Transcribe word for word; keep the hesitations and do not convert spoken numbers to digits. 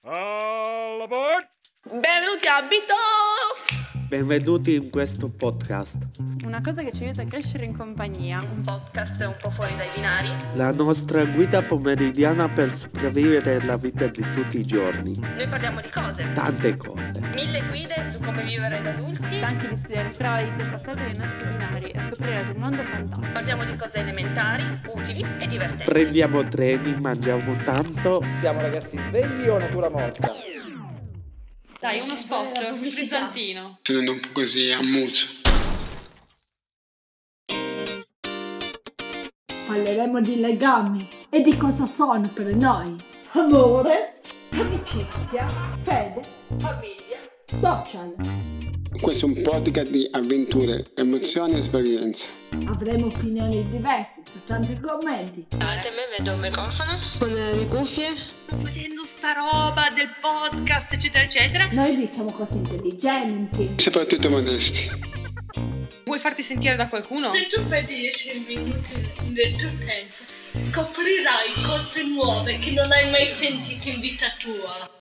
All aboard! Benvenuti a Bitoff! Benvenuti in questo podcast. Una cosa che ci aiuta a crescere in compagnia. Un podcast un po' fuori dai binari. La nostra guida pomeridiana per sopravvivere la vita di tutti i giorni. Noi parliamo di cose. Tante cose. Mille guide su come vivere da adulti. Stanchi di studiare Freud, passare dai nostri binari e scoprire un mondo fantastico. Parliamo di cose elementari, utili e divertenti. Prendiamo treni, mangiamo tanto. Siamo ragazzi svegli o natura morta? Dai, uno spot frizzantino. Tenendo un po' così a muzzo. Parleremo di legami e di cosa sono per noi. Amore, amicizia, fede, famiglia, social. Questo è un podcast di avventure, emozioni e esperienze. Avremo opinioni diverse su tanti argomenti. Davanti a me vedo un microfono. Con le cuffie. Facendo sta roba del podcast, eccetera, eccetera. Noi diciamo cose intelligenti. Soprattutto modesti. Vuoi farti sentire da qualcuno? Se tu perdi dieci minuti del tuo tempo, scoprirai cose nuove che non hai mai sentito in vita tua.